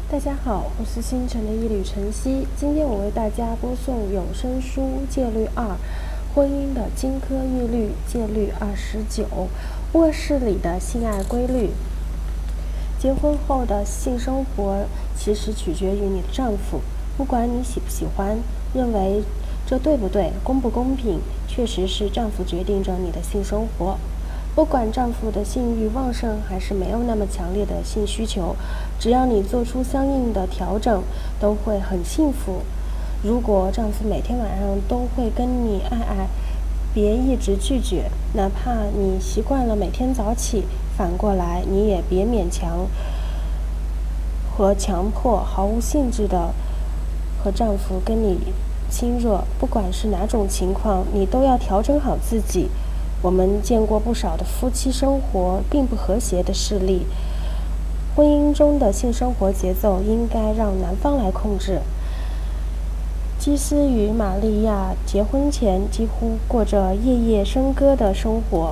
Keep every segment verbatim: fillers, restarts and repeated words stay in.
大家好，我是星辰的一缕晨曦。今天我为大家播送有声书《戒律二：婚姻的金科玉律》戒律二十九：卧室里的性爱规律。结婚后的性生活其实取决于你的丈夫，不管你喜不喜欢，认为这对不对、公不公平，确实是丈夫决定着你的性生活。不管丈夫的性欲旺盛还是没有那么强烈的性需求，只要你做出相应的调整，都会很幸福。如果丈夫每天晚上都会跟你爱爱，别一直拒绝，哪怕你习惯了每天早起，反过来你也别勉强和强迫毫无兴致的和丈夫跟你亲热。不管是哪种情况，你都要调整好自己。我们见过不少的夫妻生活并不和谐的事例，婚姻中的性生活节奏应该让男方来控制。基斯与玛利亚结婚前几乎过着夜夜笙歌的生活，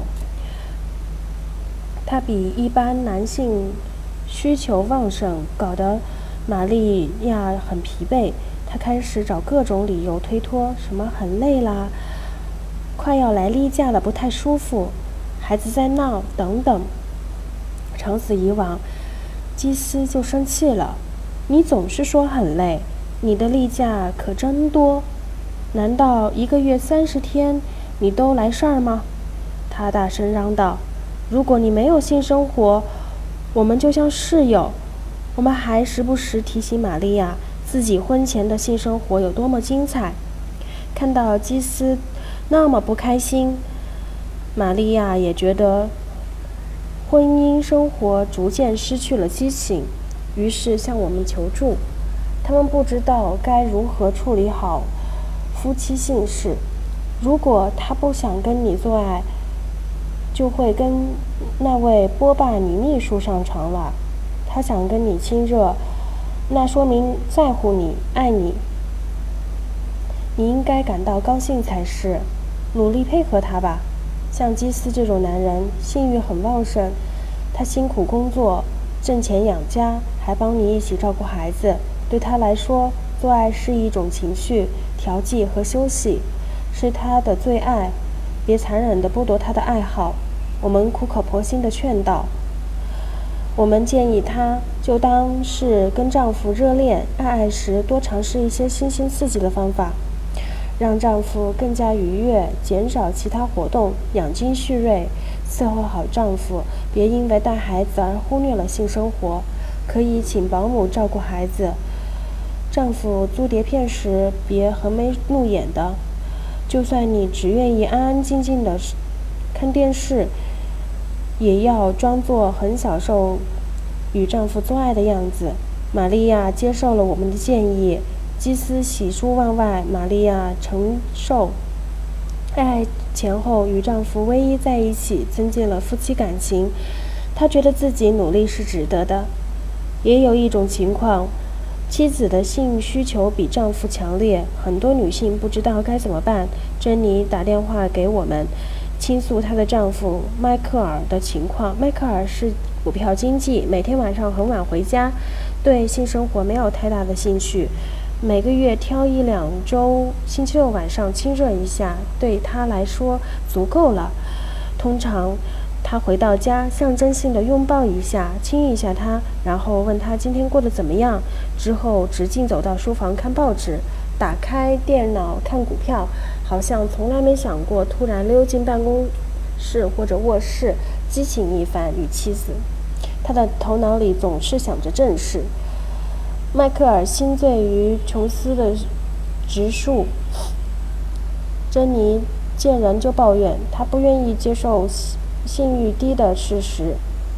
他比一般男性需求旺盛，搞得玛利亚很疲惫。他开始找各种理由推脱，什么很累啦，快要来例假了，不太舒服，孩子在闹等等。长此以往，基斯就生气了。你总是说很累，你的例假可真多，难道一个月三十天你都来事儿吗？他大声嚷道。如果你没有性生活，我们就像室友。我们还时不时提醒玛利亚自己婚前的性生活有多么精彩。看到基斯那么不开心，玛利亚也觉得婚姻生活逐渐失去了激情，于是向我们求助。他们不知道该如何处理好夫妻性事。如果他不想跟你做爱，就会跟那位波霸女秘书上床了。他想跟你亲热，那说明在乎你、爱你。你应该感到高兴才是，努力配合他吧。像基斯这种男人，性欲很旺盛，他辛苦工作，挣钱养家，还帮你一起照顾孩子。对他来说，做爱是一种情绪调剂和休息，是他的最爱。别残忍地剥夺他的爱好。我们苦口婆心地劝导。我们建议她就当是跟丈夫热恋爱爱时，多尝试一些新鲜刺激的方法，让丈夫更加愉悦，减少其他活动，养精蓄锐，伺候好丈夫，别因为带孩子而忽略了性生活。可以请保姆照顾孩子。丈夫租碟片时别横眉怒眼的，就算你只愿意安安静静的看电视，也要装作很享受与丈夫做爱的样子。玛利亚接受了我们的建议，基斯喜出望外，玛利亚承受。爱爱前后与丈夫偎依在一起，增进了夫妻感情。她觉得自己努力是值得的。也有一种情况，妻子的性需求比丈夫强烈，很多女性不知道该怎么办。珍妮打电话给我们，倾诉她的丈夫迈克尔的情况。迈克尔是股票经纪，每天晚上很晚回家，对性生活没有太大的兴趣。每个月挑一两周星期六晚上亲热一下，对他来说足够了。通常他回到家，象征性的拥抱一下，亲一下他，然后问他今天过得怎么样，之后直径走到书房看报纸，打开电脑看股票，好像从来没想过突然溜进办公室或者卧室激情一番与妻子。他的头脑里总是想着正事。迈克尔心醉于琼斯的植树。珍妮见人就抱怨，她不愿意接受性欲低的事实，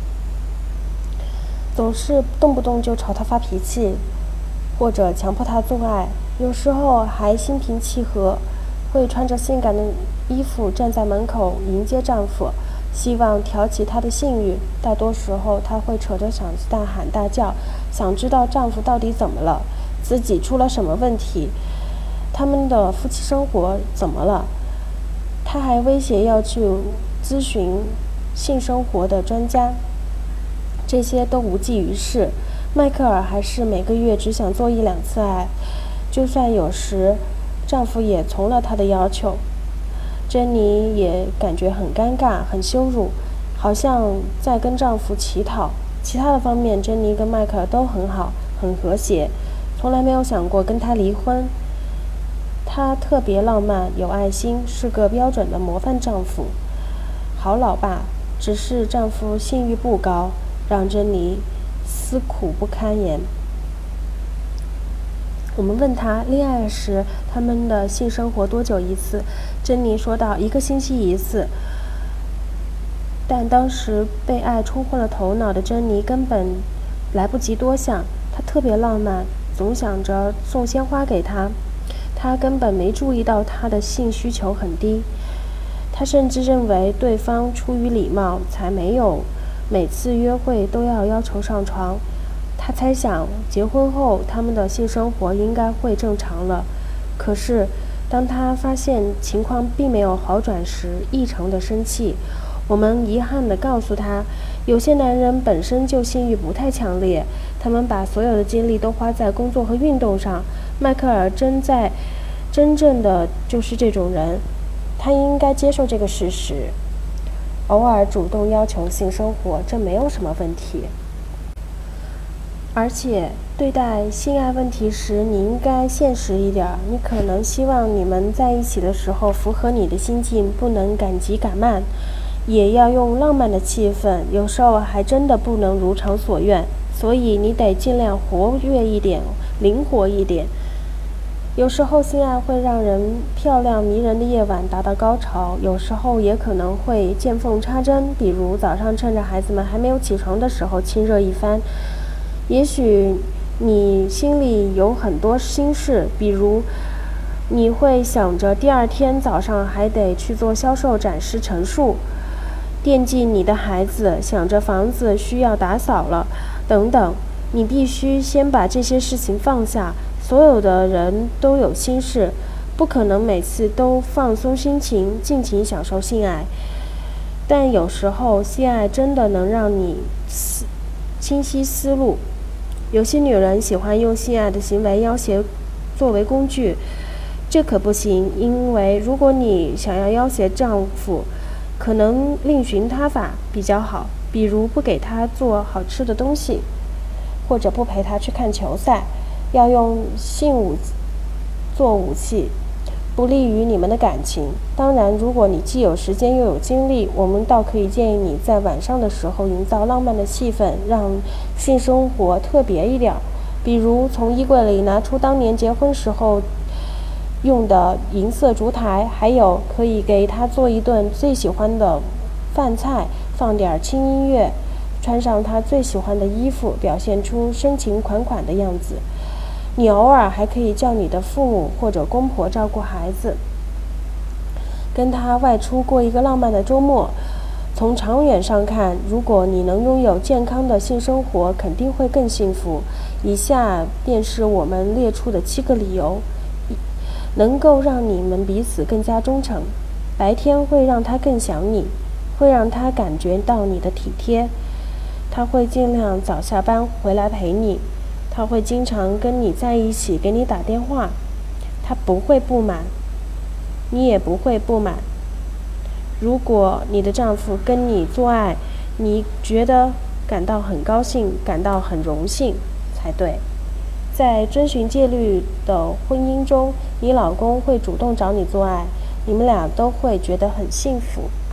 总是动不动就朝他发脾气，或者强迫他做爱，有时候还心平气和，会穿着性感的衣服站在门口迎接丈夫，希望挑起他的性欲。大多时候她会扯着嗓子大喊大叫，想知道丈夫到底怎么了，自己出了什么问题，他们的夫妻生活怎么了。她还威胁要去咨询性生活的专家，这些都无济于事。 迈克尔还是每个月只想做一两次爱，就算有时丈夫也从了她的要求。珍妮也感觉很尴尬，很羞辱，好像在跟丈夫乞讨。其他的方面，珍妮跟迈克尔都很好，很和谐，从来没有想过跟他离婚。他特别浪漫，有爱心，是个标准的模范丈夫，好老爸。只是丈夫性欲不高，让珍妮思苦不堪言。我们问她恋爱时他们的性生活多久一次，珍妮说道一个星期一次。但当时被爱冲昏了头脑的珍妮根本来不及多想，她特别浪漫，总想着送鲜花给他。她根本没注意到他的性需求很低，她甚至认为对方出于礼貌才没有每次约会都要要求上床。她猜想结婚后他们的性生活应该会正常了。可是当她发现情况并没有好转时，异常的生气。我们遗憾地告诉她，有些男人本身就性欲不太强烈，他们把所有的精力都花在工作和运动上。迈克尔真在真正的就是这种人，他应该接受这个事实，偶尔主动要求性生活，这没有什么问题。而且对待性爱问题时，你应该现实一点。你可能希望你们在一起的时候符合你的心境，不能赶急赶慢，也要用浪漫的气氛，有时候还真的不能如偿所愿，所以你得尽量活跃一点，灵活一点。有时候性爱会让人漂亮迷人的夜晚达到高潮，有时候也可能会见缝插针，比如早上趁着孩子们还没有起床的时候亲热一番。也许你心里有很多心事，比如你会想着第二天早上还得去做销售展示陈述，惦记你的孩子，想着房子需要打扫了，等等。你必须先把这些事情放下。所有的人都有心事，不可能每次都放松心情，尽情享受性爱。但有时候性爱真的能让你清晰思路。有些女人喜欢用性爱的行为要挟作为工具，这可不行，因为如果你想要要挟丈夫，可能另寻他法比较好，比如不给他做好吃的东西，或者不陪他去看球赛。要用性武做武器，不利于你们的感情。当然，如果你既有时间又有精力，我们倒可以建议你在晚上的时候营造浪漫的气氛，让性生活特别一点。比如从衣柜里拿出当年结婚时候用的银色烛台，还有可以给他做一顿最喜欢的饭菜，放点轻音乐，穿上他最喜欢的衣服，表现出深情款款的样子。你偶尔还可以叫你的父母或者公婆照顾孩子，跟他外出过一个浪漫的周末。从长远上看，如果你能拥有健康的性生活，肯定会更幸福。以下便是我们列出的七个理由，能够让你们彼此更加忠诚。白天会让他更想你，会让他感觉到你的体贴，他会尽量早下班回来陪你，他会经常跟你在一起，给你打电话，他不会不满，你也不会不满。如果你的丈夫跟你做爱，你觉得感到很高兴，感到很荣幸才对。在遵循戒律的婚姻中，你老公会主动找你做爱，你们俩都会觉得很幸福。